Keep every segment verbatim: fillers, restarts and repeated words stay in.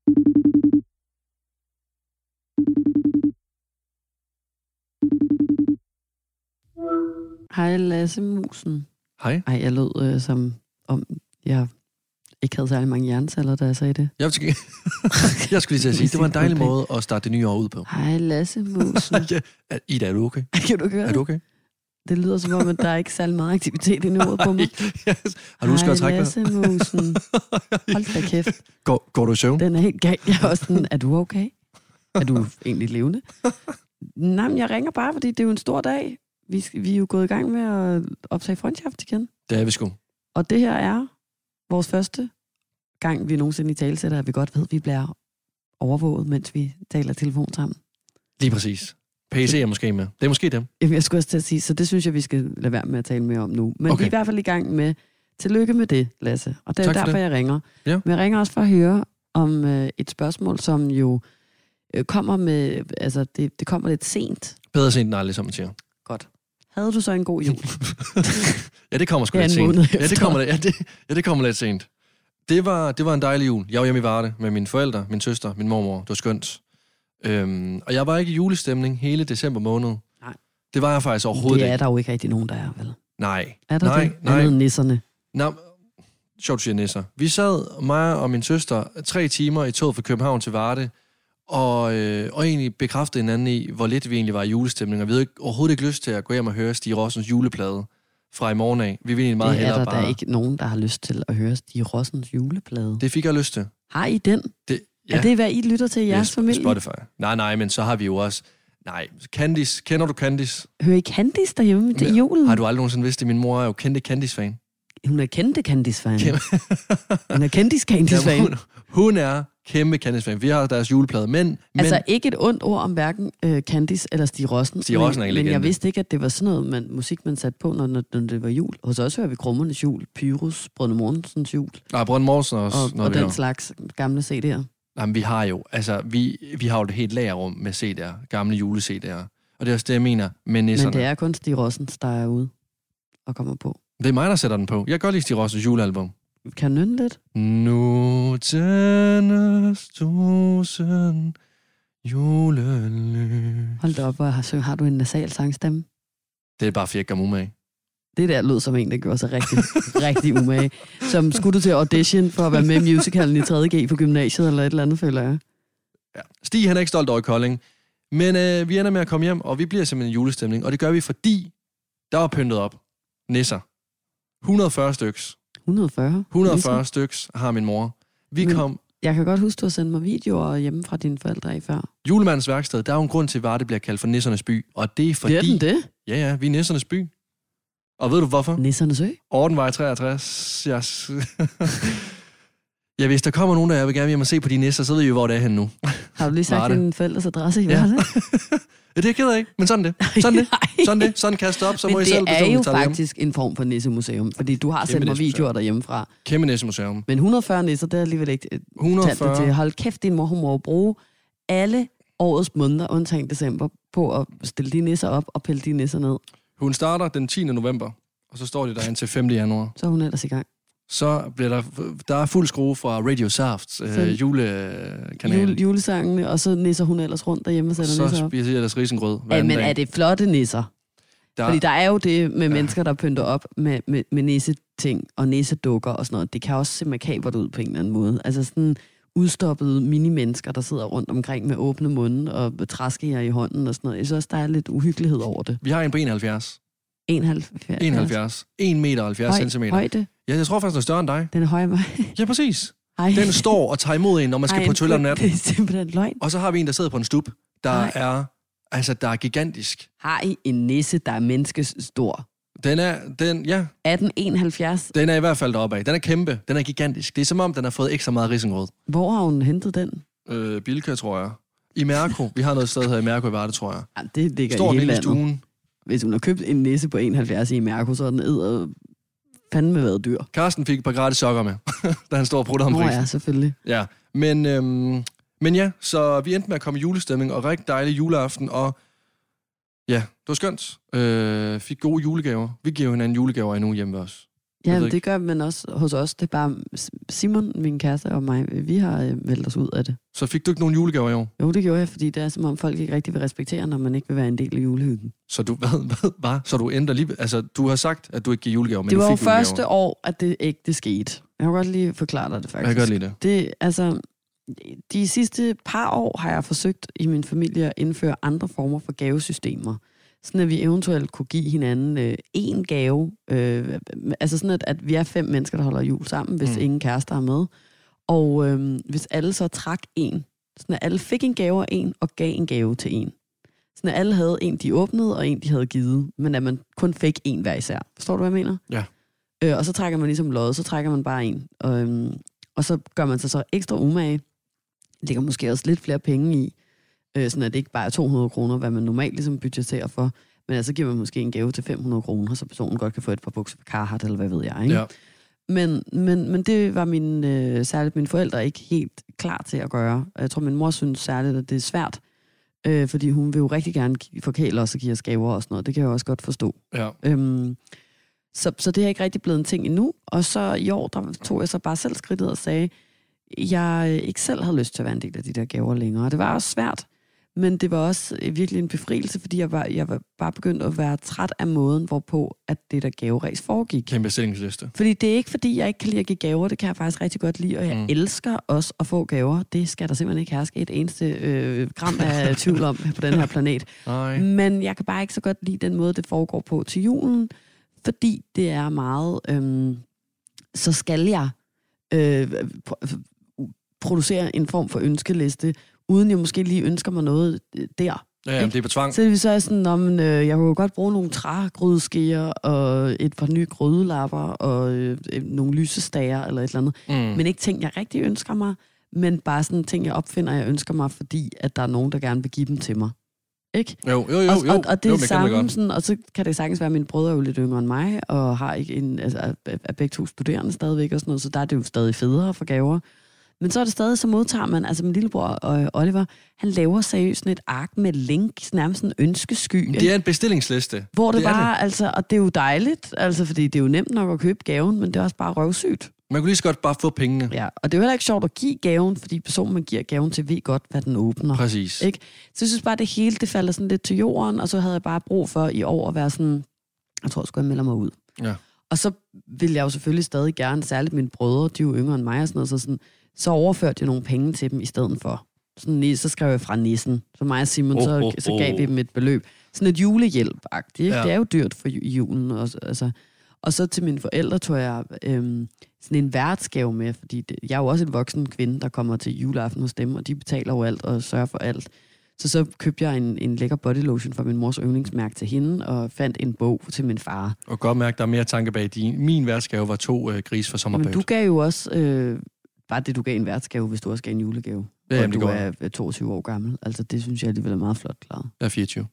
Hej Lasse Musen. Hej. Ej, jeg lød øh, som om jeg ikke havde særlig mange hjerneceller, da jeg sagde det. Jeg, skal... jeg skulle lige til at sige, det var en dejlig måde at starte det nye år ud på. Hej Lasse Musen. ja. Ida, er du okay? Kan du høre det? Er du okay? Det lyder som om, at der er ikke særlig meget aktivitet i nuet på mig. yes. Har du husket at trække Lasse Musen. Hold da kæft. Går, går du i søvn? Den er helt galt. Jeg er også sådan, er du okay? Er du egentlig levende? Nej, men jeg ringer bare, fordi det er jo en stor dag. Vi, vi er jo gået i gang med at optage Freundschaft igen. Det er vi sgu. Og det her er vores første gang, vi nogensinde i talesætter, at vi godt ved, at vi bliver overvåget, mens vi taler telefon sammen. Lige præcis. P C er måske med. Det er måske dem. Jamen, jeg skulle også til at sige, så det synes jeg, vi skal lade være med at tale mere om nu. Men okay. Vi er i hvert fald i gang med, tillykke med det, Lasse. Og det er derfor, det. jeg ringer. Ja. Men jeg ringer også for at høre om øh, et spørgsmål, som jo øh, kommer med, altså det, det kommer lidt sent. Bedre sent end aldrig, som man siger. Godt. Havde du så en god jul? ja, det kommer sgu lidt sent. Ja det kommer, ja, det, ja, det kommer lidt sent. Det var, det var en dejlig jul. Jeg var hjemme i Varde med mine forældre, min søster, min mormor. Det var skønt. Øhm, og jeg var ikke i julestemning hele december måned. Nej. Det var jeg faktisk overhovedet ikke. Det er der jo ikke rigtig nogen, der er, vel? Nej. Er der nej, det? Nej. Andet nisserne? Nej. Sjovt, du siger nisser. Vi sad, mig og min søster, tre timer i toget fra København til Varde, og, øh, og egentlig bekræftede hinanden i, hvor lidt vi egentlig var i julestemning. Og vi havde ikke, overhovedet ikke lyst til at gå hjem og høre Stig Rossens juleplade fra i morgen af. Vi ville egentlig meget hellere bare... Det er der, der ikke nogen, der har lyst til at høre Stig Rossens juleplade. Det fik jeg lyst til. Har I den? Det, ja. Er det, hvad I lytter til i jeres yes, familie? Spotify. Nej, nej, men så har vi jo også... Nej, Candice. Kender du Candice? Hører I Candice derhjemme til julen? Har du aldrig nogensinde vidst det? Min mor er jo kendte Candice-fan. Hun er kendte Candice-fan. Hun er kendte Candice-fan. Hun, hun er kæmpe Candice-fan. Vi har deres juleplade, men... Altså men... ikke et ondt ord om hverken uh, Candice eller Stig Rossen. Stig Rossen er men, men jeg vidste ikke, at det var sådan noget man, musik, man satte på, når, når, når det var jul. Hos os hører vi Krummernes jul, Pyrus, Brønde Mortensens jul. Nej, Brønde Mortensen også. Og, og den har. slags gamle C D'er. Jamen, vi har jo, altså, vi, vi har jo det helt lagerrum med C D'er, gamle jule-C D'er. Og det er også det, jeg mener med nisserne. Men det er kun Stig Rossens, der er ude og kommer på. Det er mig, der sætter den på. Jeg kan godt lide Stig Rossens julealbum. Kan du nynne lidt? Nu tændes tusind julelys. Hold da op, hvor har, har du en nasal sangstemme? Det er bare for jeg gør umage. Det der lød som en, der gjorde sig rigtig, rigtig umage. Som skulle du til audition for at være med i musicalen i tredje G på gymnasiet, eller et eller andet, føler jeg. Ja. Stig, han er ikke stolt over i Kolding. Men øh, vi ender med at komme hjem, og vi bliver simpelthen en julestemning. Og det gør vi, fordi der var pyntet op. Nisser. et hundrede og fyrre styks. et hundrede og fyrre? et hundrede og fyrre styks har min mor. Vi Men kom... Jeg kan godt huske, du har sendt mig videoer hjemme fra dine forældre i før. Julemandens værksted, der er jo en grund til, at det bliver kaldt for Nissernes by. Og det er fordi... Det er den det? Ja, ja, vi er Nissernes by. Og ved du hvorfor? Nissernes ø? Ordenvej treogtres. Yes. Ja, hvis der kommer nogen, der jeg vil gerne hjem og se på de nisser, så ved I jo, hvor det er henne nu. Har du lige sagt din forældres adresse i ja. Varde? Ja, det er jeg ikke, men sådan det. Sådan det. Sådan det. Sådan kastet op, så må I selv bestemme. Men det er jo faktisk en form for nissemuseum, fordi du har Kæmpe sendt mig videoer derhjemmefra. Kæmpe nissemuseum. Men et hundrede og fyrre nisser, det er alligevel ikke et hundrede og fyrre. Til. Hold kæft, din mor, hun må bruge alle årets måneder, undtagen december, på at stille de nisser op og pille de nisser ned. Hun starter den tiende november, og så står de der indtil femte januar. Så er hun ellers i gang. Så bliver der, der er fuld skrue fra Radio Safts øh, julekanal. Jule, julesangene, og så nisser hun ellers rundt derhjemme og sætter så nisser op. Så spiser jeg ellers risengrød hver anden dag. Men er det flotte nisser? Der... Fordi der er jo det med ja. mennesker, der pynter op med, med, med nisseting og nissedukker og sådan noget. Det kan også se makabert ud på en eller anden måde. Altså sådan udstoppede mini-mennesker, der sidder rundt omkring med åbne munde og træskejer i hånden og sådan noget. Jeg synes også, der er lidt uhyggelighed over det. Vi har en på enoghalvfjerds. enoghalvfjerds? enoghalvfjerds. en meter og halvfjerds centimeter. Højde? Ja, jeg tror faktisk, den er større end dig. Den er højere mig. Ja, præcis. Ej. Den står og tager imod en, når man skal Ej, på toilet om natten. Det er simpelthen løgn. Og så har vi en, der sidder på en stup, der Ej. er altså der er gigantisk. Har I en nisse, der er menneskestor? Den er, den, ja. atten enoghalvfjerds? Den er i hvert fald deroppe af. Den er kæmpe. Den er gigantisk. Det er som om, den har fået ekstra meget risengrød. Hvor har hun hentet den? Øh, Bilka, tror jeg. I Mærko. Vi har noget sted her i Mærko i Varde, tror jeg. Ja, det ligger Står i hele landet. Stuen. Hvis hun har købt en nisse på enoghalvfjerds i Mærko, så er den æder fandme været dyr. Karsten fik et par gratis sokker med, da han står og prutter om prisen. Nå ja, selvfølgelig. Ja, men, øhm, men ja, så vi endte med at komme i julestemning, og rigtig dejlig juleaften, og ja, det var skønt. Øh, fik gode julegaver. Vi giver hinanden julegaver endnu hjemme ved os. Ja, det gør man også hos os. Det er bare Simon, min kæreste og mig, vi har øh, meldt os ud af det. Så fik du ikke nogen julegaver i år? Jo, det gjorde jeg, fordi det er som om folk ikke rigtig vil respektere, når man ikke vil være en del af julehyggen. Så du, hvad, hvad, hvad? Så du ændrer lige... Altså, du har sagt, at du ikke giver julegaver, men det du fik Det var jo første julegaver. år, at det ikke det skete. Jeg kan godt lige forklare dig det, faktisk. Jeg kan godt lide det. Det, altså... De sidste par år har jeg forsøgt i min familie at indføre andre former for gavesystemer. Sådan at vi eventuelt kunne give hinanden øh, én gave. Øh, altså sådan, at, at vi er fem mennesker, der holder jul sammen, hvis mm. ingen kærester er med. Og øh, hvis alle så trak en. Sådan at alle fik en gave af en, og gav en gave til en. Sådan at alle havde en, de åbnede, og en, de havde givet. Men at man kun fik en hver især. Forstår du, hvad jeg mener? Ja. Øh, og så trækker man ligesom lod, så trækker man bare en. Og, øh, og så gør man sig så ekstra umage. Det ligger måske også lidt flere penge i, øh, sådan at det ikke bare er to hundrede kroner, hvad man normalt ligesom budgeterer for, men altså giver man måske en gave til fem hundrede kroner, så personen godt kan få et par bukser på Carhartt, eller hvad ved jeg, ikke? Ja. Men, men, men det var min, øh, særligt mine forældre ikke helt klar til at gøre. Jeg tror, min mor synes særligt, at det er svært, øh, fordi hun vil jo rigtig gerne forkæle os og give os gaver og sådan noget. Det kan jeg også godt forstå. Ja. Øhm, så, så det er ikke rigtig blevet en ting endnu. Og så i år, der tog jeg så bare selv skridtet og sagde, jeg ikke selv havde lyst til at være en del af de der gaver længere. Og det var også svært, men det var også virkelig en befrielse, fordi jeg var, jeg var bare begyndt at være træt af måden, hvorpå at det der gaveræs foregik. Kæmpe bestillingsliste. Fordi det er ikke, fordi jeg ikke kan lide at give gaver, det kan jeg faktisk rigtig godt lide, og jeg mm. elsker også at få gaver. Det skal der simpelthen ikke herske et eneste øh, gram af tvivl om på den her planet. Nej. Men jeg kan bare ikke så godt lide den måde, det foregår på til julen, fordi det er meget, øh, så skal jeg øh, producere en form for ønskeliste, uden jeg måske lige ønsker mig noget der. Ja, jamen, det er på tvang. Så det så er sådan, om øh, jeg kunne godt bruge nogle trægrydeskeer, og et par nye grydelapper, og øh, nogle lysestager, eller et eller andet. Mm. Men ikke ting, jeg rigtig ønsker mig, men bare sådan ting, jeg opfinder, jeg ønsker mig, fordi at der er nogen, der gerne vil give dem til mig. Ikke? Jo, jo, jo. Og, og, og det jo, er samme, sådan, og så kan det sagtens være, at mine brødre er jo lidt yngre end mig, og har ikke en, altså, er begge to studerende stadigvæk, og sådan noget, så der er det jo stadig federe for gaver. Men så er det stadig, så modtager man, altså min lillebror øh, Oliver, han laver seriøst sådan et ark med link, nærmest en ønskesky. Det er en bestillingsliste. Hvor det, det bare, det. altså, og det er jo dejligt, altså, fordi det er jo nemt nok at købe gaven, men det er også bare røvsygt. Man kunne lige så godt bare få pengene. Ja, og det er jo heller ikke sjovt at give gaven, fordi personen, man giver gaven til, ved godt, hvad den åbner. Præcis. Ikke? Så jeg synes bare, det hele, det falder sådan lidt til jorden, og så havde jeg bare brug for i år at være sådan, jeg tror, jeg skulle melde mig ud. Ja. Og så vil jeg jo selvfølgelig stadig gerne, særligt mine brødre, de er jo yngre end mig og sådan noget, så sådan, så overførte jeg nogle penge til dem i stedet for. Sådan, så skrev jeg fra nissen. Så mig og Simon, oh, så, oh, så gav vi dem et beløb. Sådan et julehjælp-agtigt. Ja. Det er jo dyrt for julen. Og, altså. Og så til mine forældre tog jeg øhm, sådan en værtsgave med, fordi det, jeg er jo også en voksen kvinde, der kommer til juleaften hos dem, og de betaler jo alt og sørger for alt. Så så købte jeg en, en lækker bodylotion fra min mors yndlingsmærke til hende, og fandt en bog til min far. Og godt mærke, der er mere tanke bag din. Min værtsgave var to øh, gris for sommerbød. Men du gav jo også... Øh, bare det, du gav en værtsgave, hvis du også gav en julegave. Ja, og du er toogtyve år gammel. Altså, det synes jeg alligevel er meget flot klaret. Jeg er fireogtyve.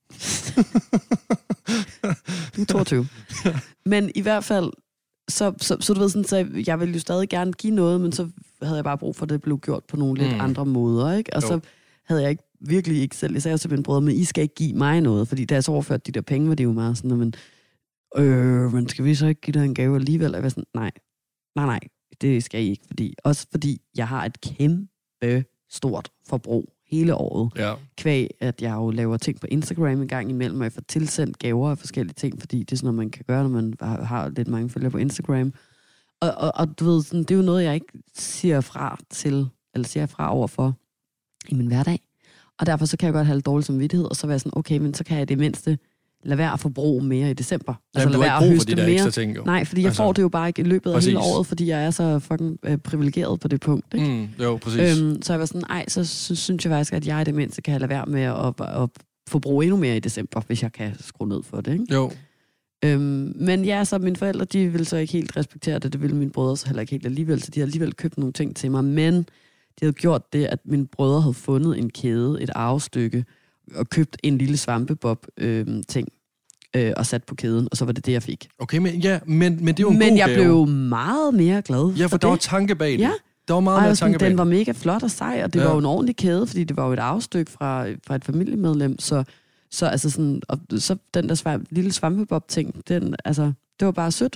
Du er toogtyve. Men i hvert fald, så, så, så du ved sådan, så jeg ville jo stadig gerne give noget, men så havde jeg bare brug for, at det blev gjort på nogle lidt mm. andre måder, ikke? Og jo. Så havde jeg ikke virkelig ikke selv, jeg sagde til mine brødre, men I skal ikke give mig noget, fordi da jeg så overførte de der penge, var det jo meget sådan, men, øh, men skal vi så ikke give dig en gave alligevel? Og jeg var sådan, nej, nej, nej. Det skal I ikke, fordi, også fordi jeg har et kæmpe stort forbrug hele året. Ja. Kvæg, at jeg jo laver ting på Instagram en gang imellem, og jeg får tilsendt gaver af forskellige ting, fordi det er sådan noget, man kan gøre, når man har, har lidt mange følgere på Instagram. Og, og, og du ved, sådan, det er jo noget, jeg ikke siger fra til, eller siger fra overfor i min hverdag. Og derfor så kan jeg godt have lidt dårlig samvittighed, og så være sådan, okay, men så kan jeg det mindste lade være at forbruge mere i december. Altså lade være at høste mere. Ting, Nej, fordi jeg altså, får det jo bare ikke i løbet af præcis. hele året, fordi jeg er så fucking øh, privilegeret på det punkt. Ikke? Mm, jo, præcis. Øhm, så jeg var sådan, ej, så synes jeg faktisk, at jeg i det mindste kan lade være med at, at, at forbruge endnu mere i december, hvis jeg kan skrue ned for det. Ikke? Jo. Øhm, men ja, så mine forældre, de ville så ikke helt respektere det, det ville mine brødre så heller ikke helt alligevel, så de havde alligevel købt nogle ting til mig, men de havde gjort det, at mine brødre havde fundet en kæde, et arvestykke, og købt en lille svampebob-ting, øh, og sat på kæden, og så var det det, jeg fik. Okay, men, ja, men, men det er jo en men god jeg gave. blev meget mere glad Ja, for, for der det. var tanke bag det. Ja. Der var meget mere tanke bag den var mega flot og sej, og det ja. var jo en ordentlig kæde, fordi det var jo et afstykke fra, fra et familiemedlem, så, så, altså sådan, og så den der svamp, lille svampebob-ting, den, altså, det var bare sødt.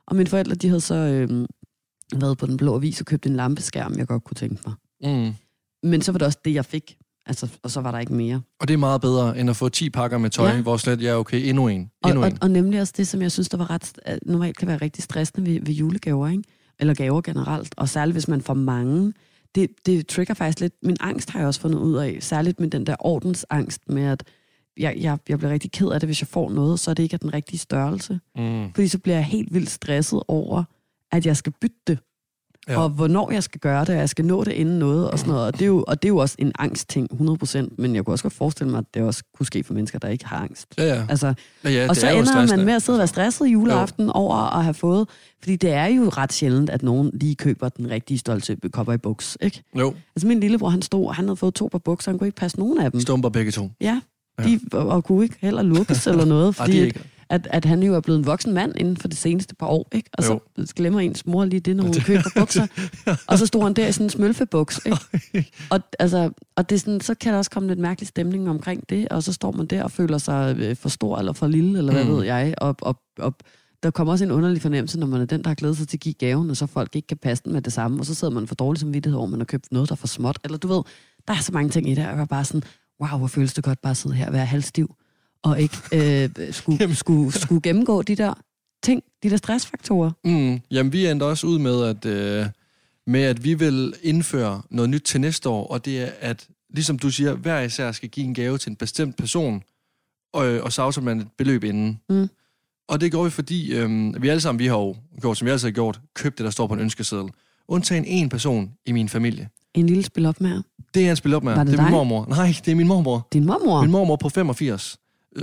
Og mine forældre, de havde så øh, været på Den Blå Avis og købt en lampeskærm, jeg godt kunne tænke mig. Mm. Men så var det også det, jeg fik. Altså, og så var der ikke mere. Og det er meget bedre, end at få ti pakker med tøj, ja. hvor slet, ja okay, endnu en. Endnu og, en. Og, og nemlig også det, som jeg synes, der var ret, normalt kan være rigtig stressende ved, ved julegaver, ikke? Eller gaver generelt. Og særligt, hvis man får mange. Det, det trigger faktisk lidt. Min angst har jeg også fundet ud af. Særligt med den der ordensangst med, at jeg, jeg, jeg bliver rigtig ked af det, hvis jeg får noget, så er det ikke den rigtige størrelse. Mm. Fordi så bliver jeg helt vildt stresset over, at jeg skal bytte det. Ja. Og hvornår jeg skal gøre det, og jeg skal nå det inden noget, og sådan noget. Og det er jo, og det er jo også en angstting, hundrede procent. Men jeg kunne også godt forestille mig, at det også kunne ske for mennesker, der ikke har angst. Ja, ja. Altså, ja, ja og så ender man med at sidde og være stresset juleaften jo. over at have fået... Fordi det er jo ret sjældent, at nogen lige køber den rigtige stolte kopper i buks, ikke? Jo. Altså min lillebror, han stod, han havde fået to par bukser, han kunne ikke passe nogen af dem. Stumper begge to. Ja, de, og, og kunne ikke heller lukkes eller noget, fordi... Ej, At, at han jo er blevet en voksen mand inden for de seneste par år, ikke? Og så jo. glemmer ens mor lige det, når hun køber bukser. Og så stod han der i sådan en smølfebuks, ikke? Og, altså, og det er sådan, så kan der også komme lidt mærkelig stemning omkring det, og så står man der og føler sig for stor eller for lille, eller hvad mm. ved jeg. Og, og, og der kommer også en underlig fornemmelse, når man er den, der har glædet sig til at give gaven, og så folk ikke kan passe den med det samme, og så sidder man for dårlig samvittighed over, man har købt noget, der er for småt. Eller du ved, der er så mange ting i det, og jeg var bare sådan, wow, hvor føles det godt bare at sidde her og være halvstiv. Og ikke øh, skulle, skulle, skulle gennemgå de der ting, de der stressfaktorer. Mm, jamen, vi endte også ud med at, øh, med, at vi vil indføre noget nyt til næste år, og det er, at, ligesom du siger, hver især skal give en gave til en bestemt person, og, og så aftaler man et beløb inden. Mm. Og det gør vi, fordi øh, vi alle sammen, vi har jo gjort, som vi altid har gjort, købt det, der står på en ønskeseddel. Undtagen en person i min familie. En lille spil op med. Det er en spil op med. Var det, det er dig? min mormor. Nej, det er min mormor. Din mormor? Min mormor på femogfirs.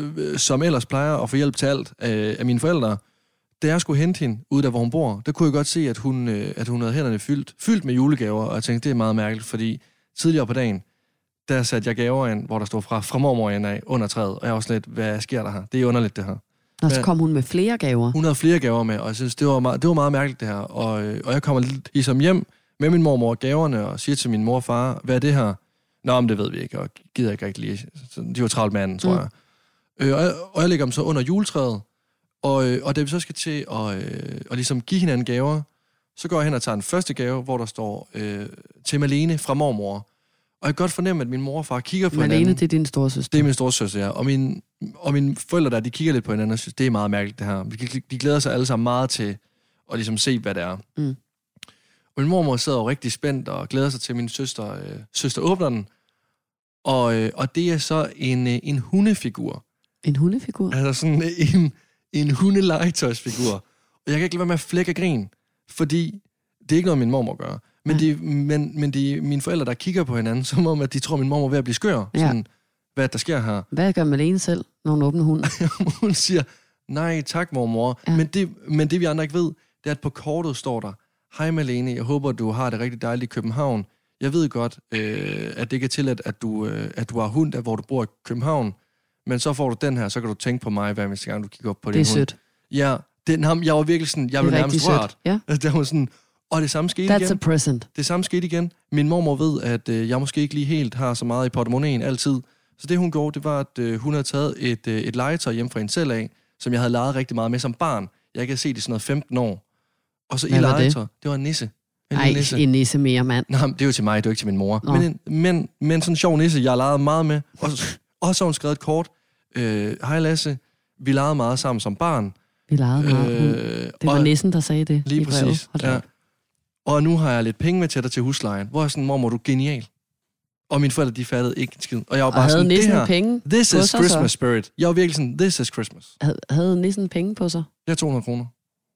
Som ellers plejer at få hjælp til alt af, af mine forældre. Da jeg skulle hente hende ud der, hvor hun bor, der kunne jeg godt se, at hun, at hun havde hænderne fyldt, fyldt med julegaver, og jeg tænkte, det er meget mærkeligt, fordi tidligere på dagen, der satte jeg gaver ind, hvor der stod fra, fra mormor ind af, under træet, og jeg var slet, hvad sker der her? Det er underligt, det her. Og så kom hun med flere gaver? Hun havde flere gaver med, og jeg synes, det var meget, det var meget mærkeligt, det her. Og, og jeg kommer lidt ligesom hjem med min mormor og gaverne, og siger til min mor og far, hvad er det her? Nå, men det ved vi ikke, og gider ikke rigtig lige. De var travlt med anden, tror mm. jeg. Øh, og, jeg, og jeg lægger dem så under juletræet, og, øh, og da vi så skal til at, øh, at ligesom give hinanden gaver, så går jeg hen og tager den første gave, hvor der står øh, til Malene fra mormor. Og jeg kan godt fornemme, at min mor og far kigger på Malene, hinanden. det er din storesøster? Det er min storesøster, ja. Og, min, og mine forældre der, de kigger lidt på hinanden og synes, det er meget mærkeligt, det her. De glæder sig alle sammen meget til at ligesom se, hvad det er. Mm. Og min mormor sidder jo rigtig spændt og glæder sig til, at min søster, øh, søster åbner den. Og, øh, og det er så en, øh, en hundefigur. En hundefigur? Altså sådan en, en hundelegetøjsfigur. Og jeg kan ikke lade være med at flække grin, fordi det er ikke noget, min mormor gør. Men, ja. de, men, men de, mine forældre, der kigger på hinanden, som om, at de tror, at min mormor er ved at blive skør. Ja. Sådan, hvad der sker her. Hvad gør Malene selv, når hun åbner hunden? Hun siger, nej tak, mormor. Ja. Men, det, men det, vi andre ikke ved, det er, at på kortet står der, hej Malene, jeg håber, du har det rigtig dejligt i København. Jeg ved godt, øh, at det ikke er tilladt, at du, øh, at du har hund, der hvor du bor i København. Men så får du den her, så kan du tænke på mig, hver eneste gang, du kigger op på din hund. Det er sødt. Ja, den, ham, jeg var virkelig sådan, jeg blev nærmest rørt. Ja. Det var sådan, og det samme skete That's igen. A present. Det samme skete igen. Min mormor ved, at øh, jeg måske ikke lige helt har så meget i portemonnaien altid. Så det, hun gjorde, det var, at øh, hun havde taget et, øh, et legetøj hjem fra hende selv af, som jeg havde leget rigtig meget med som barn. Jeg kan se det sådan noget femten år. Og så i legetøj, det? det var en nisse. En Ej, nisse. en nisse mere, mand. Nej, det er jo til mig, det er jo ikke til min mor. Men, en, men, men sådan en sjov nisse, jeg legede meget med. Og, og så har hun skrevet et kort. Øh, Hej Lasse, vi legede meget sammen som barn. Vi legede meget. Øh, det var og, nissen, der sagde det. Lige præcis, ja. Og nu har jeg lidt penge med til dig til huslejen. Hvor er sådan, mormor, du er genial. Og mine forældre, de fattede ikke en skid. Og jeg var bare og sådan, det her, penge this is Christmas så? Spirit. Jeg var virkelig sådan, this is Christmas. Havde, havde nissen penge på sig? Ja, to hundrede kroner.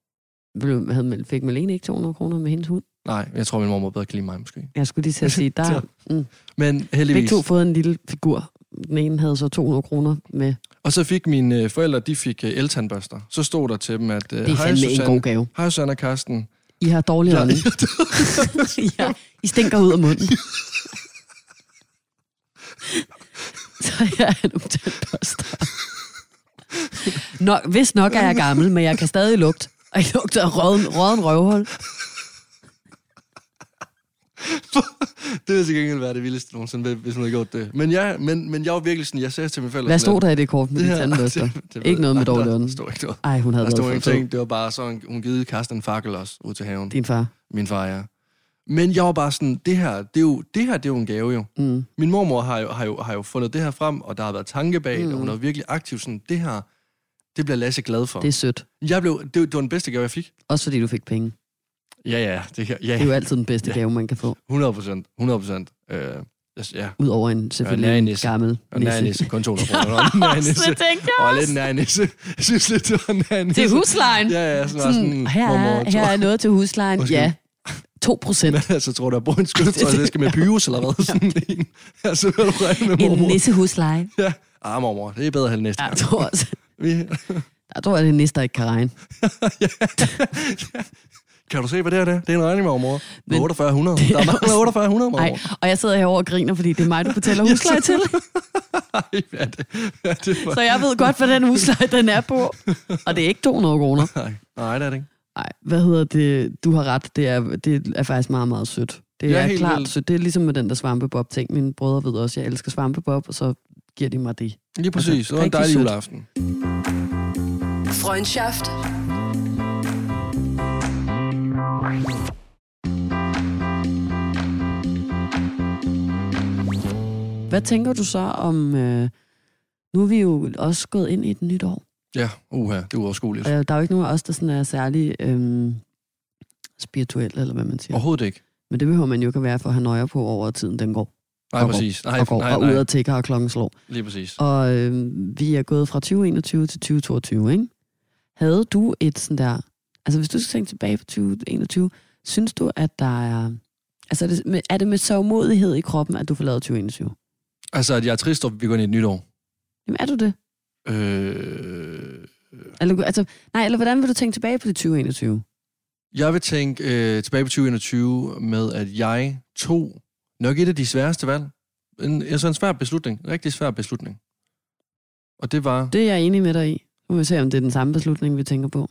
Havde, fik Malene ikke to hundrede kroner med hendes hund? Nej, jeg tror, min mormor bedre kan lide mig, måske. Jeg skulle lige til at sige, der... mm. Men heldigvis... Begge to fået en lille figur. Den ene havde så to hundrede kroner med. Og så fik mine forældre, de fik eltandbørster. Så stod der til dem, at... Det er fandme en god gave. Hej Susanne og Karsten. I har dårlige ånde. Ja, I stinker ud af munden. Så jeg er nogle tandbørster. Nå, hvis nok er jeg gammel, men jeg kan stadig lugte. Og jeg lugter af råden, råden røvhul. Det vil til gengæld være det vildeste nogensinde, hvis hun havde gjort det. Men ja, men, men jeg var virkelig sådan, jeg sagde til mine forældre... Hvad stod der i det kort med de tandbørster? Ikke noget med dårlig ånd. Der stod ikke noget. Ej, hun havde der stod været ingenting. Det var bare sådan, hun givet Karsten en fakkel også ud til haven. Din far? Min far, ja. Men jeg var bare sådan, det her, det er jo, det her, det er jo en gave jo. Mm. Min mormor har jo, har, jo, har jo fundet det her frem, og der har været tanke bag, mm. og hun er virkelig aktiv sådan, det her, det bliver Lasse glad for. Det er sødt. Jeg blev, det, det var den bedste gave, jeg fik. Også fordi du fik penge. Ja, ja. Det, ja. Det er jo altid den bedste ja. gave, man kan få. hundrede procent. hundrede procent. Øh, ja. Udover en selvfølgelig ja, gammel nisse. Nær nisse, kun to hundrede kroner. Nær nisse. Og lidt nær nisse. Jeg synes lidt, det var nær nisse. Til huslejen. Ja, ja. Sådan, sådan, sådan her, er, her er noget til huslejen. Måske. Ja. to procent. Så tror du, at bruge en skylletøj, så det skal med pyus eller hvad? Sådan en. Ja, så vil du regne med mormor. En nissehusleje. Ja. Ah, mormor. Det er bedre at næste gang. Jeg tror også. Jeg tror, at det er næste, der ikke kan regne. ja. ja. Kan du se, hvad det er? Det er en regning, mormor. Men otteogfyrre hundrede. Der er mange otteogfyrre hundrede, mormor. Nej, og jeg sidder herovre og griner, fordi det er mig, du betaler husleje til. Ej, hvad det, hvad det Så jeg ved godt, hvad den husleje, den er på. Og det er ikke to hundrede kroner. Nej, nej, det er det ikke. Nej, hvad hedder det? Du har ret. Det er, det er faktisk meget, meget sødt. Det er, er klart vildt. Sødt. Det er ligesom med den der svampebob-ting. Mine brødre ved også, at jeg elsker svampebob, og så giver de mig det. Lige præcis. Altså, det var en dejlig juleaften. Freundschaft. Hvad tænker du så om... Øh, nu er vi jo også gået ind i et nyt år. Ja, uha, det er uoverskueligt. Og der er jo ikke nogen af os, der sådan er særlig øh, spirituel, eller hvad man siger. Overhovedet ikke. Men det behøver man jo ikke at være for at have nøjer på over tiden, den går. Nej, og præcis. Går, nej, og går, nej, nej. Og ud og tækker og klokken slår. Lige præcis. Og øh, vi er gået fra tyve enogtyve til tyve toogtyve, ikke? Havde du et sådan der... Altså, hvis du skal tænke tilbage på tyve enogtyve, synes du, at der er... Altså, er det med, er det med sørgmodighed i kroppen, at du får lavet tyve enogtyve? Altså, at jeg er trist, og vi går ind i et nyt år. Jamen, er du det? Øh... Eller, altså, nej, eller hvordan vil du tænke tilbage på det tyve enogtyve? Jeg vil tænke øh, tilbage på tyve enogtyve med, at jeg tog nok et af de sværeste valg. En, altså en svær beslutning. En rigtig svær beslutning. Og det var... Det er jeg enig med dig i. Nu må vi se, om det er den samme beslutning, vi tænker på.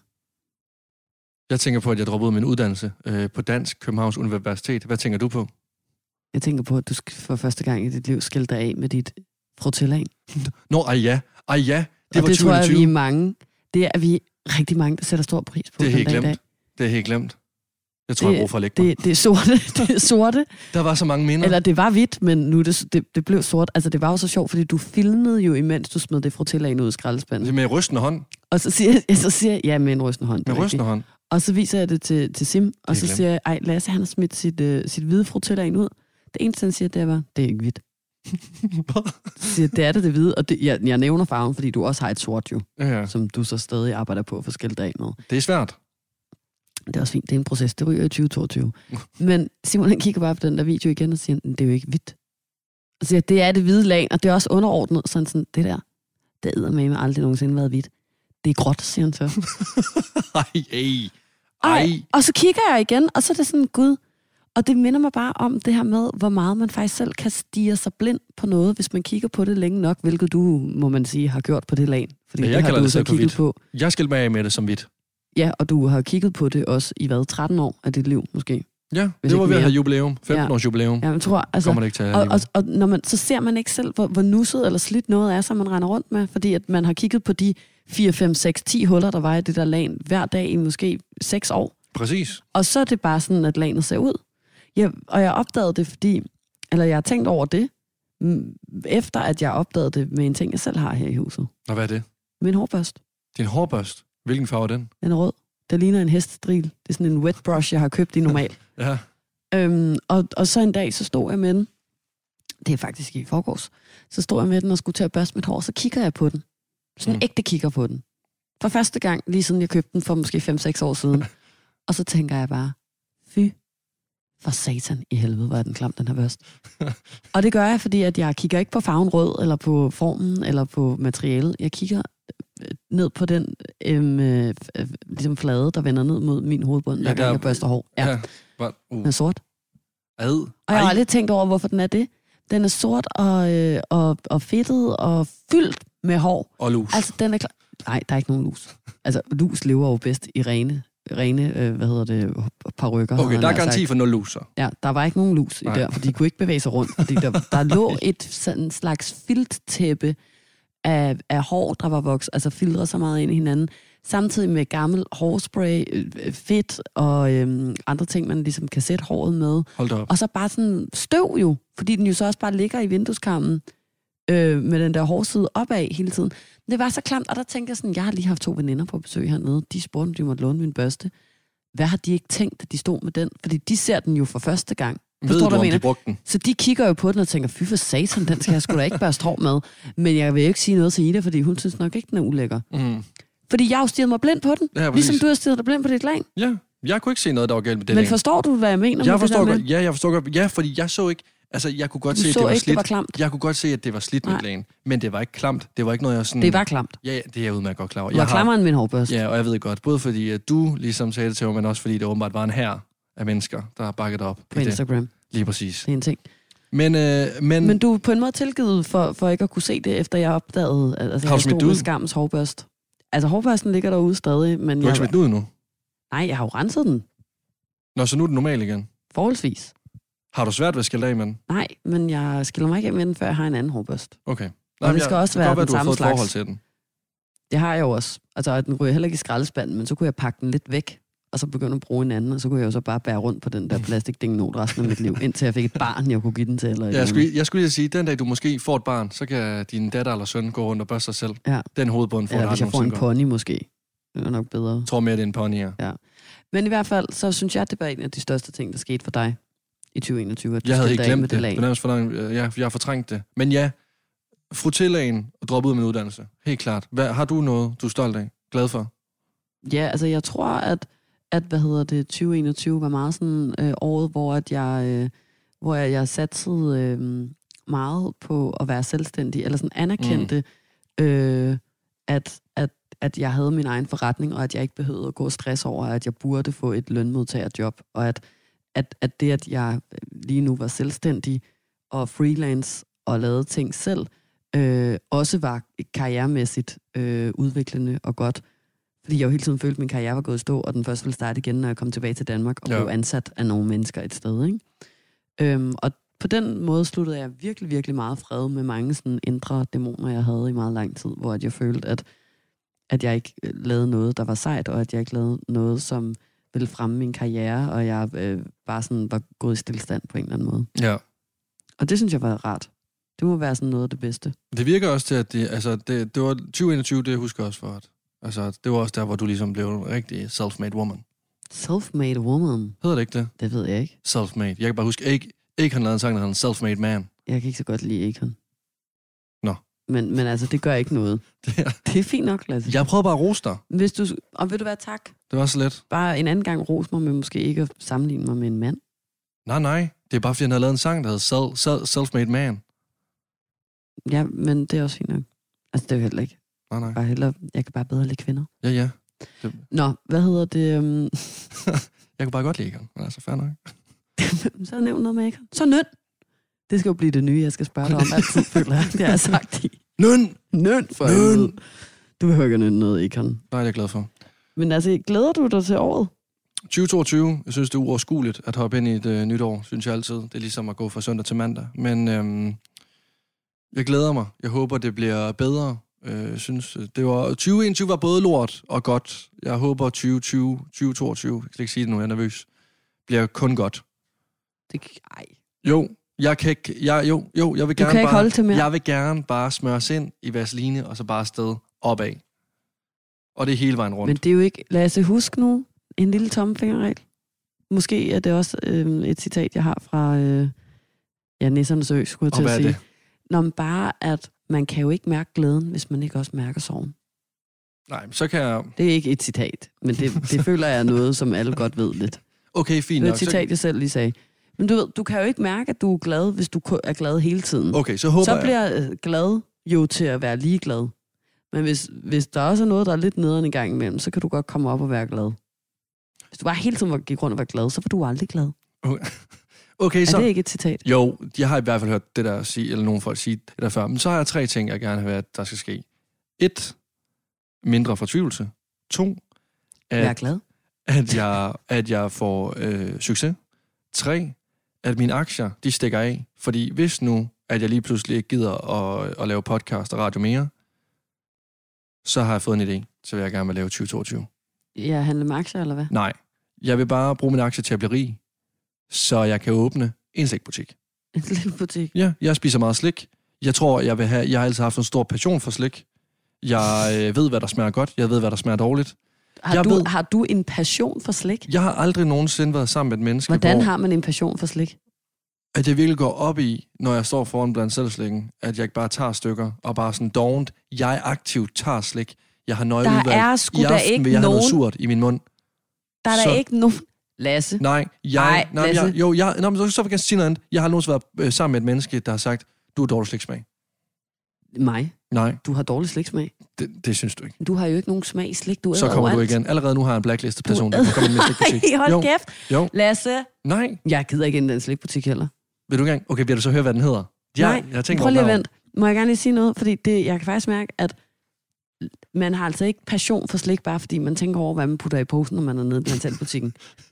Jeg tænker på, at jeg droppede ud af min uddannelse øh, på Dansk Københavns Universitet. Hvad tænker du på? Jeg tænker på, at du for første gang i dit liv skilte dig af med dit frutillaen. Nå, ej ja. Ej ja. Det og var det tror jeg, vi er mange. Det er vi rigtig mange, der sætter stor pris på. Det er helt glemt. Dag. Det er helt glemt. Jeg tror, det, jeg bruger for at lægge mig. Det, det er sorte. Det er sorte. Der var så mange minder. Eller det var hvidt, men nu det, det, det blev sort. Altså, det var jo så sjovt, fordi du filmede jo, imens du smed det frutillaen ud i skraldespanden. Med rystende hånd. Og så siger jeg, så siger jeg ja, med en rystende hånd. Med rystende hånd. Og så viser jeg det til, til Sim, og så siger jeg, ej, Lasse, han har smidt sit, uh, sit hvide frutillaen ud. Det eneste, han siger, det var, det er ikke hvidt. Så siger det er det, det hvide. Og det, jeg, jeg nævner farven, fordi du også har et sort jo, ja. Som du så stadig arbejder på at få skilt af med. Det er svært. Det er også fint, det er en proces, det ryger i tyve toogtyve. Men Simon, han kigger bare på den der video igen og siger, det er jo ikke hvidt. Og siger, det er det hvide lag, og det er også underordnet. Sådan sådan, det der, det æder med mig aldrig nogensinde været hvidt. Det er gråt, siger han så. Ej, ej. Ej. Og så kigger jeg igen, og så er det sådan, gud. Og det minder mig bare om det her med, hvor meget man faktisk selv kan stirre sig blind på noget, hvis man kigger på det længe nok, hvilket du, må man sige, har gjort på det lag. Fordi ja, jeg det har du det så kigget på. Jeg skal mig af med det som hvidt. Ja, og du har kigget på det også i hvad, tretten år af dit liv, måske? Ja, det var ved at have jubilæum. femten års jubilæum. Ja, jeg tror, altså, kommer det ikke til og, og, og når man, så ser man ikke selv, hvor, hvor nusset eller slidt noget er, som man render rundt med, fordi at man har kigget på de fire, fem, seks, ti huller, der var i det der lag hver dag i måske seks år. Præcis. Og så er det bare sådan, at laget ser ud. Ja, og jeg opdagede det, fordi, eller jeg har tænkt over det, efter at jeg opdagede det med en ting, jeg selv har her i huset. Og hvad er det? Min hårbørst. Din hårbørst? Hvilken farve er den? Den er rød. Der ligner en hestestril. Det er sådan en wet brush, jeg har købt i normal. Ja. Øhm, og, og så en dag, så stod jeg med den. Det er faktisk i forgårs. Så stod jeg med den og skulle til at børste mit hår, så kigger jeg på den. Sådan en mm. ægte kigger på den. For første gang, lige siden jeg købte den for måske fem seks år siden. Og så tænker jeg bare, fy for satan i helvede, hvor er den klam, den her børst. Og det gør jeg, fordi at jeg kigger ikke på farven rød, eller på formen, eller på materialet. Jeg kigger ned på den øhm, øh, ligesom flade, der vender ned mod min hovedbund, hver ja, gang jeg børster hår. Ja, ja. Uh. Den er sort. Ad. Og jeg har aldrig tænkt over, hvorfor den er det. Den er sort og, øh, og, og fedtet og fyldt med hår. Og lus. Altså, den er klar. Nej, der er ikke nogen lus. Altså, lus lever jo bedst i rene rene, øh, hvad hedder det, parykker. Okay, der er garanti sagt. For nul luser. Ja, der var ikke nogen lus i Nej. Der, for de kunne ikke bevæge sig rundt. Fordi der, der lå et sådan slags filttæppe af, af hår, der var vokset, altså filtreret så meget ind i hinanden, samtidig med gammel hårspray, øh, fedt og øh, andre ting, man ligesom kan sætte håret med. Hold da op. Og så bare sådan støv jo, fordi den jo så også bare ligger i vindueskarmen øh, med den der hårside opad hele tiden. Det var så klamt, og der tænkte jeg sådan, jeg har lige haft to veninder på besøg hernede, de spurgte, om de måtte låne min børste. Hvad har de ikke tænkt, at de stod med den? Fordi de ser den jo for første gang. Ved du, du om de brugte den? Så de kigger jo på den og tænker, fy for satan, den skal jeg sgu da ikke børste hår med. Men jeg vil jo ikke sige noget til Ida, fordi hun synes nok ikke, den er ulækker. Mm. Fordi jeg har jo stirret mig blind på den, ja, ligesom du har stirret dig blind på dit lag. Ja, jeg kunne ikke se noget, der var galt med det. Men længe. Forstår du, hvad jeg mener? Jeg med forstår det godt. Ja, jeg forstår godt. Ja, fordi jeg så ikke. Altså, jeg kunne godt du se, at det var ikke, slidt. Det var klamt. Jeg kunne godt se, at det var slidt med lagen. Men det var ikke klamt. Det var ikke noget, jeg sådan... Det var klamt. Ja, det er jeg udmærket godt klar over. Det var klammere end min hårbørste. Ja, og jeg ved godt. Både fordi, at du ligesom sagde det til mig, men også fordi det åbenbart var en hær af mennesker, der har bakket op. På Instagram. Det. Lige præcis. Det er en ting. Men, øh, men... men du er på en måde tilgivet for, for ikke at kunne se det, efter jeg opdagede, altså jeg stod med skammens hårbørste. Altså hårbørsten ligger derude stadig, men... Du har ikke smidt den ud nu? Nej, jeg har jo renset den. Nå, så nu er det normalt igen? Forholdsvis. Har du svært ved at skille af med den? Nej, men jeg skiller mig ikke af med den, før jeg har en anden hårbørste. Okay. Nej, og det skal jeg, også være den samme slags. Forhold til den. Det har jeg jo også. Altså, den ryger heller ikke i skraldespanden, men så kunne jeg pakke den lidt væk, og så begynde at bruge en anden, og så kunne jeg jo så bare bære rundt på den der plastikdingnot resten af mit liv, indtil jeg fik et barn, jeg kunne give den til. Eller ja, jeg, skulle, jeg skulle lige sige, den dag du måske får et barn, så kan din datter eller søn gå rundt og børste sig selv. Ja. Den hovedbund får ja, hvis jeg får en pony måske. Det er nok bedre. Jeg tror mere, det er en pony, ja. ja. Men i hvert fald, så synes jeg, at det var en af de største ting, der skete for dig i tyve enogtyve. Jeg havde ikke glemt det. Det, det for langt, ja, jeg har fortrængt det. Men ja, frutillagen og droppe ud af min uddannelse. Helt klart. Hvad, har du noget, du er stolt af? Glad for? Ja, altså jeg tror, at, at hvad hedder det, tyve enogtyve var meget sådan øh, året, hvor, at jeg, øh, hvor jeg, jeg satsede øh, meget på at være selvstændig, eller sådan anerkendte, mm. øh, at, at, at jeg havde min egen forretning, og at jeg ikke behøvede at gå og stress over, at jeg burde få et lønmodtagerjob, og at At, at det, at jeg lige nu var selvstændig og freelance og lavede ting selv, øh, også var karrieremæssigt øh, udviklende og godt. Fordi jeg jo hele tiden følte, at min karriere var gået i stå, og den først ville starte igen, når jeg kom tilbage til Danmark og ja. blev ansat af nogle mennesker et sted. Ikke? Øhm, og på den måde sluttede jeg virkelig, virkelig meget fred med mange sådan indre dæmoner, jeg havde i meget lang tid, hvor jeg følte, at, at jeg ikke lavede noget, der var sejt, og at jeg ikke lavede noget, som ville fremme min karriere, og jeg øh, bare sådan var gået i stillestand på en eller anden måde. Ja. Og det synes jeg var rart. Det må være sådan noget af det bedste. Det virker også til, at det, altså, det, det var tyve enogtyve, det husker jeg også for, at altså, det var også der, hvor du ligesom blev en rigtig self-made woman. Self-made woman? Hedder det ikke det? Det ved jeg ikke. Self-made. Jeg kan bare huske, ikke, ikke han lavede en sang, der hedder self-made man. Jeg kan ikke så godt lide Akon. Nå. Men, men altså, det gør ikke noget. Det er, det er fint nok, Lasse. Jeg prøvede bare at rose dig. Hvis du, og vil du være tak? Det var så let. Bare en anden gang rose mig, men måske ikke at sammenligne mig med en mand. Nej, nej. Det er bare, fordi han har lavet en sang, der hedder self, Self-Made Man. Ja, men det er også fint nok. Altså, det er jo heller ikke. Nej, nej. Bare heller, jeg kan bare bedre lide kvinder. Ja, ja. Det... Nå, hvad hedder det? Um... jeg kunne bare godt lide Akon, men altså, fair nok. Så nævn noget med Akon. Så nøn! Det skal jo blive det nye, jeg skal spørge dig om altid, føler jeg. Det har jeg sagt i. Nøn! Nøn for nøn! Du behøver ikke nøn noget, Akon. Nej, det er jeg glad for. Men altså, glæder du dig til året? tyve toogtyve, jeg synes, det er uoverskueligt at hoppe ind i et øh, nyt år, synes jeg altid. Det er ligesom at gå fra søndag til mandag. Men øhm, jeg glæder mig. Jeg håber, det bliver bedre. Jeg øh, synes, det var, tyve enogtyve var både lort og godt. Jeg håber, tyve tyve, tyve toogtyve, jeg kan ikke sige det nu, jeg er nervøs, bliver kun godt. Det, ej. Jo, jeg kan ikke, jeg, jo, jo, jeg vil gerne du kan ikke bare, holde til mere. Jeg vil gerne bare smøre os ind i vaseline, og så bare afsted opad. Og det er hele vejen rundt. Men det er jo ikke, lad os huske nu, en lille tommelfingerregel. Måske er det også øh, et citat, jeg har fra øh, ja, Nissernes Ø, skulle jeg til at sige. Det? Nå, men bare at man kan jo ikke mærke glæden, hvis man ikke også mærker sorgen. Nej, så kan jeg... Det er ikke et citat, men det, det føler jeg er noget, som alle godt ved lidt. Okay, fint nok. Det er et citat, jeg selv lige sagde. Men du ved, du kan jo ikke mærke, at du er glad, hvis du er glad hele tiden. Okay, så håber så jeg... bliver jeg glad jo til at være ligeglad. Men hvis, hvis der også er noget, der er lidt nederen i gang imellem, så kan du godt komme op og være glad. Hvis du bare hele tiden gik rundt og var glad, så var du aldrig glad. Okay, okay så... Er det ikke et citat? Jo, jeg har i hvert fald hørt det der sige, eller nogen folk sige det der før. Men så har jeg tre ting, jeg gerne vil have, at der skal ske. Et, mindre fortvivlelse. To, at... Vær glad. at jeg, at jeg får øh, succes. Tre, at mine aktier, de stikker af. Fordi hvis nu, at jeg lige pludselig ikke gider at, at lave podcast og radio mere, så har jeg fået en idé, så vil jeg gerne vil lave tyve toogtyve. Ja, handle med aktier, eller hvad? Nej, jeg vil bare bruge mine aktier til at blive rig, så jeg kan åbne en slikbutik. En slikbutik? Ja, jeg spiser meget slik. Jeg tror, jeg vil have, jeg har altid haft en stor passion for slik. Jeg øh, ved, hvad der smager godt. Jeg ved, hvad der smager dårligt. Har du, ved, har du en passion for slik? Jeg har aldrig nogensinde været sammen med et menneske, Hvordan hvor, har man en passion for slik? At jeg virkelig går op i, når jeg står foran blandt selvslikken, at jeg ikke bare tager stykker, og bare sådan dovent. Jeg aktivt tager slik. Jeg har nøje udvalgt. Der er sgu I da aften ikke vil jeg nogen... have noget surt i min mund. Der er så... der ikke nogen... Lasse? Nej, jeg... Ej, nej, Lasse. jeg, jo, jeg... Nå, men så, så vil jeg sige noget andet. Jeg har nogensinde været øh, sammen med et menneske, der har sagt, du har dårlig sliksmag. Mig? Nej. Du har dårlig sliksmag? Det, det synes du ikke. Du har jo ikke nogen smag i slik. Du så kommer overalt. du igen. Allerede nu har jeg en blacklistet person, der kommer med en slikbutik. Ej, hold jo. kæft. Jo. Lasse? Nej. Jeg gider ikke ind i den slikbutik heller. Vil du gerne? Okay, vil du så høre, hvad den hedder? Ja, Nej, jeg tænker prøv lige at vente. Må jeg gerne lige sige noget? Fordi det, jeg kan faktisk mærke, at man har altså ikke passion for slik, bare fordi man tænker over, hvad man putter i posen, når man er nede blandt selvbutikken.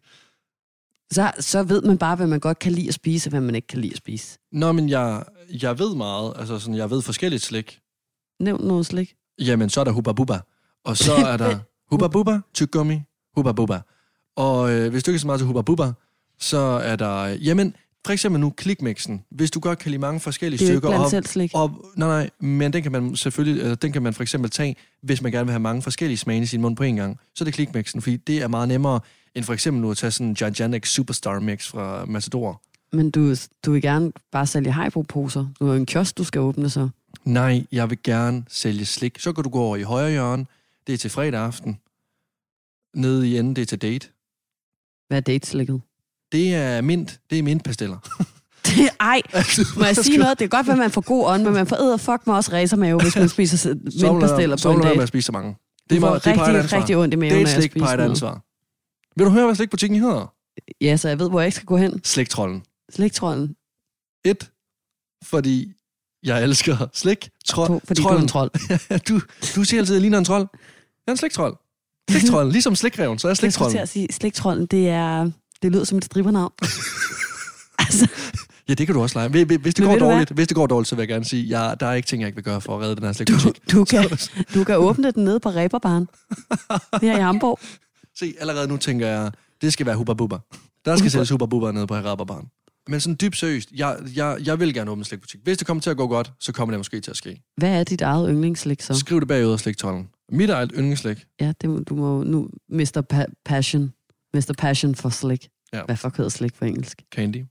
Så, så ved man bare, hvad man godt kan lide at spise, og hvad man ikke kan lide at spise. Nå, men jeg, jeg ved meget. Altså, sådan, jeg ved forskelligt slik. Nævn noget slik. Jamen, så er der Hubba Bubba. Og så er der Hubba Bubba, tyggegummi, Hubba Bubba. Og øh, hvis du ikke er så meget til Hubba Bubba, så er der... Jamen, for eksempel nu klikmixen. Hvis du godt kan lide mange forskellige det er stykker... Det er jo ikke blandt slik. Og, nej, nej, men den kan man selvfølgelig... Øh, den kan man for eksempel tage, hvis man gerne vil have mange forskellige smage i sin mund på en gang. Så er det klikmixen, fordi det er meget nemmere, end for eksempel nu at tage sådan en Gigantic Superstar Mix fra Matador. Men du, du vil gerne bare sælge Haribo-poser. Du har en kiosk, du skal åbne så. Nej, jeg vil gerne sælge slik. Så kan du gå over i højre hjørne. Det er til fredag aften. Nede i enden, det er til date. Hvad er dateslikket? Det er mint. Det er mintpasteller. Det, ej, må jeg sige noget? Det er godt, at man får god ånd, men man får æder fuck mig også racermave, hvis man spiser mintpasteller på en date. Så må man spise så mange. Det er, får meget, det er rigtig, rigtig ondt i maven, det er et slik på et ansvar. Vil du høre, hvad slikbutikken hedder? Ja, så jeg ved, hvor jeg ikke skal gå hen. Sliktrollen. Sliktrollen. Et, fordi jeg elsker slik. Tro- to, fordi trollen. Du er en trold. du, du siger altid, at jeg ligner en trold. Jeg er en sliktrold. Sliktrollen, ligesom slikreven, så er jeg sliktrollen. Jeg skulle til at sige, sliktrollen, det er... Det lyder som et strippernavn. altså... Ja, det kan du også lege. Hvis, hvis, det går dårligt, hvis det går dårligt, så vil jeg gerne sige, ja, der er ikke ting, jeg ikke vil gøre for at redde den her slikbutik. Du, du, kan, du kan åbne den nede på Reeperbahn. Her i Hamburg. Se, allerede nu tænker jeg, det skal være Hubba Bubba. Der skal sælges Hubba Bubba nede på Reeperbahn. Men sådan dybt seriøst, jeg, jeg, jeg vil gerne åbne en slikbutik. Hvis det kommer til at gå godt, så kommer det måske til at ske. Hvad er dit eget yndlingsslik så? Skriv det bagud af sliktrollen. Mit eget yndlingsslik. Ja, det må, du må nu... mister Pa- Passion. mister Passion for slik. Ja. Hvad fuck hedder slik på engelsk? Candy.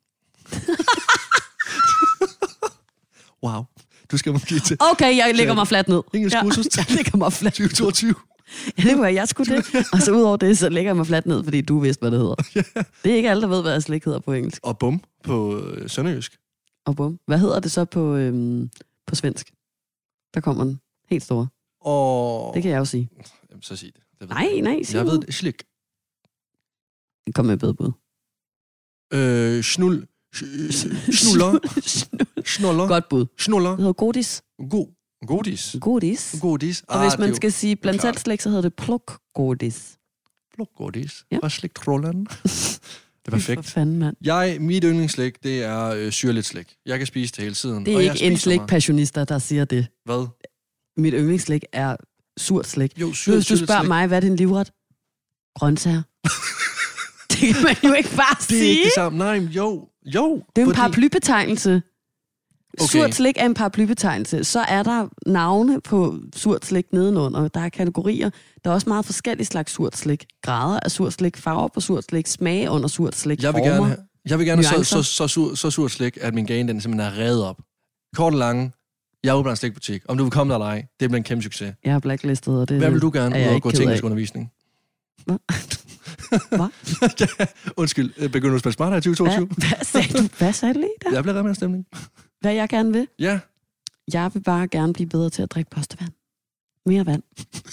Wow. Du skal måske til... Okay, jeg lægger mig fladt ned. Engelsk kursus ja, jeg lægger mig fladt tyve toogtyve. Ja, det var jeg skulle det. Og så udover det, så lægger jeg mig fladt ned, fordi du vidste, hvad det hedder. Ja. Det er ikke alle, der ved, hvad slik hedder på engelsk. Og bum på øh, sønderjysk. Og bum. Hvad hedder det så på, øhm, på svensk? Der kommer den. Helt store. Og... Det kan jeg jo sige. Jamen, så sig det. det nej, jeg. nej, sig Jeg noget. ved det. Slik. Kom med et bedre bud. Øh, snul... Snuller. Snuller. Godt bud. Snuller. Det hedder godis. God. Godis. Godis. Godis. Og ah, hvis man skal sige blandt selv slik, så hedder det plukgodis. Plukgodis. Ja. Fra sliktrollen. Det er perfekt. For fanden, mand. Jeg, mit yndlingsslik, det er øh, syrligt slik. Jeg kan spise det hele tiden. Det er og ikke en slikpassionister, der siger det. Hvad? Mit yndlingsslik er surt slik. Jo, syr, Hvis du spørger slik. mig, hvad er din livret? Grøntsager. Det kan man jo ikke bare sige. Det er ikke det samme. Nej, jo. Jo. Det er en fordi... paraplybetegnelse. Okay. Surt slik er en paraplybetegnelse. Så er der navne på surt slik nedenunder. Der er kategorier. Der er også meget forskellige slags surt slik. Grader af surt slik, farver på surt slik, smage under surt slik, Jeg vil former. gerne, jeg vil gerne så, Nuancer. så, så, sur, så surt slik, at min gane den simpelthen er revet op. Kort og lange. Jeg åbner en slikbutik. Om du vil komme der eller ej, det bliver en kæmpe succes. Jeg har blacklistet, og det Hvad vil du gerne er ud jeg og ikke gå ked til af. engelsk undervisning? Hvad? Hvad? ja, undskyld, jeg begynder at spille smartere i tyve toogtyve. Hvad, hvad, sagde du? Hvad sagde du lige der? Jeg bliver ret med en stemning. Hvad jeg gerne vil? Ja. Jeg vil bare gerne blive bedre til at drikke postevand. Mere vand.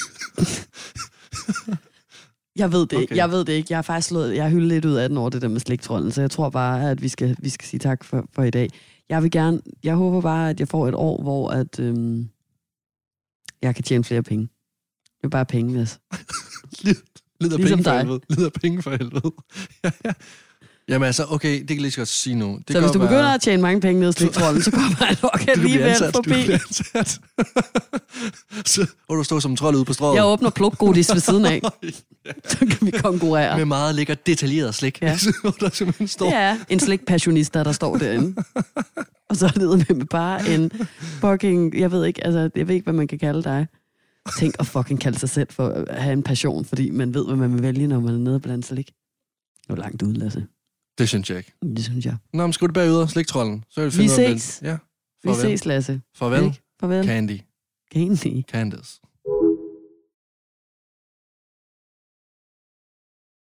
jeg ved det okay. ikke. Jeg ved det ikke. Jeg har faktisk slået, jeg har hyldet lidt ud af den over det der med sliktrollen, så jeg tror bare, at vi skal, vi skal sige tak for, for i dag. Jeg vil gerne, jeg håber bare, at jeg får et år, hvor at, øhm, jeg kan tjene flere penge. Det er bare penge, altså. Lider Ligesom penge for dig. helvede. Lider penge for helvede. ja, ja. Jamen altså, okay, det kan lige så godt sige nu. Det så hvis du være... begynder at tjene mange penge ned i sliktrollen, så kommer han nok alligevel forbi. Du bliver ansat. så må du stå som en trold ude på strået. Jeg åbner plukgodis ved siden af. Så kan vi konkurrere. Med meget lækker detaljeret slik. Ja. der simpelthen står. Det er en slikpassionist, der står derinde. Og så er det med bare en fucking, jeg ved ikke, altså, jeg ved ikke, hvad man kan kalde dig. Tænk at fucking kalde sig selv for at have en passion, fordi man ved, hvad man vil vælge, når man er nede og blande slik. Det var langt ud, Lasse. Det synes jeg ikke. Det synes jeg. Nå, men skal du bagud og sliktrollen? Så vi ses. Ja. Vi ses, Lasse. Farvel. Ikke? Farvel. Candy. Candy. Candace.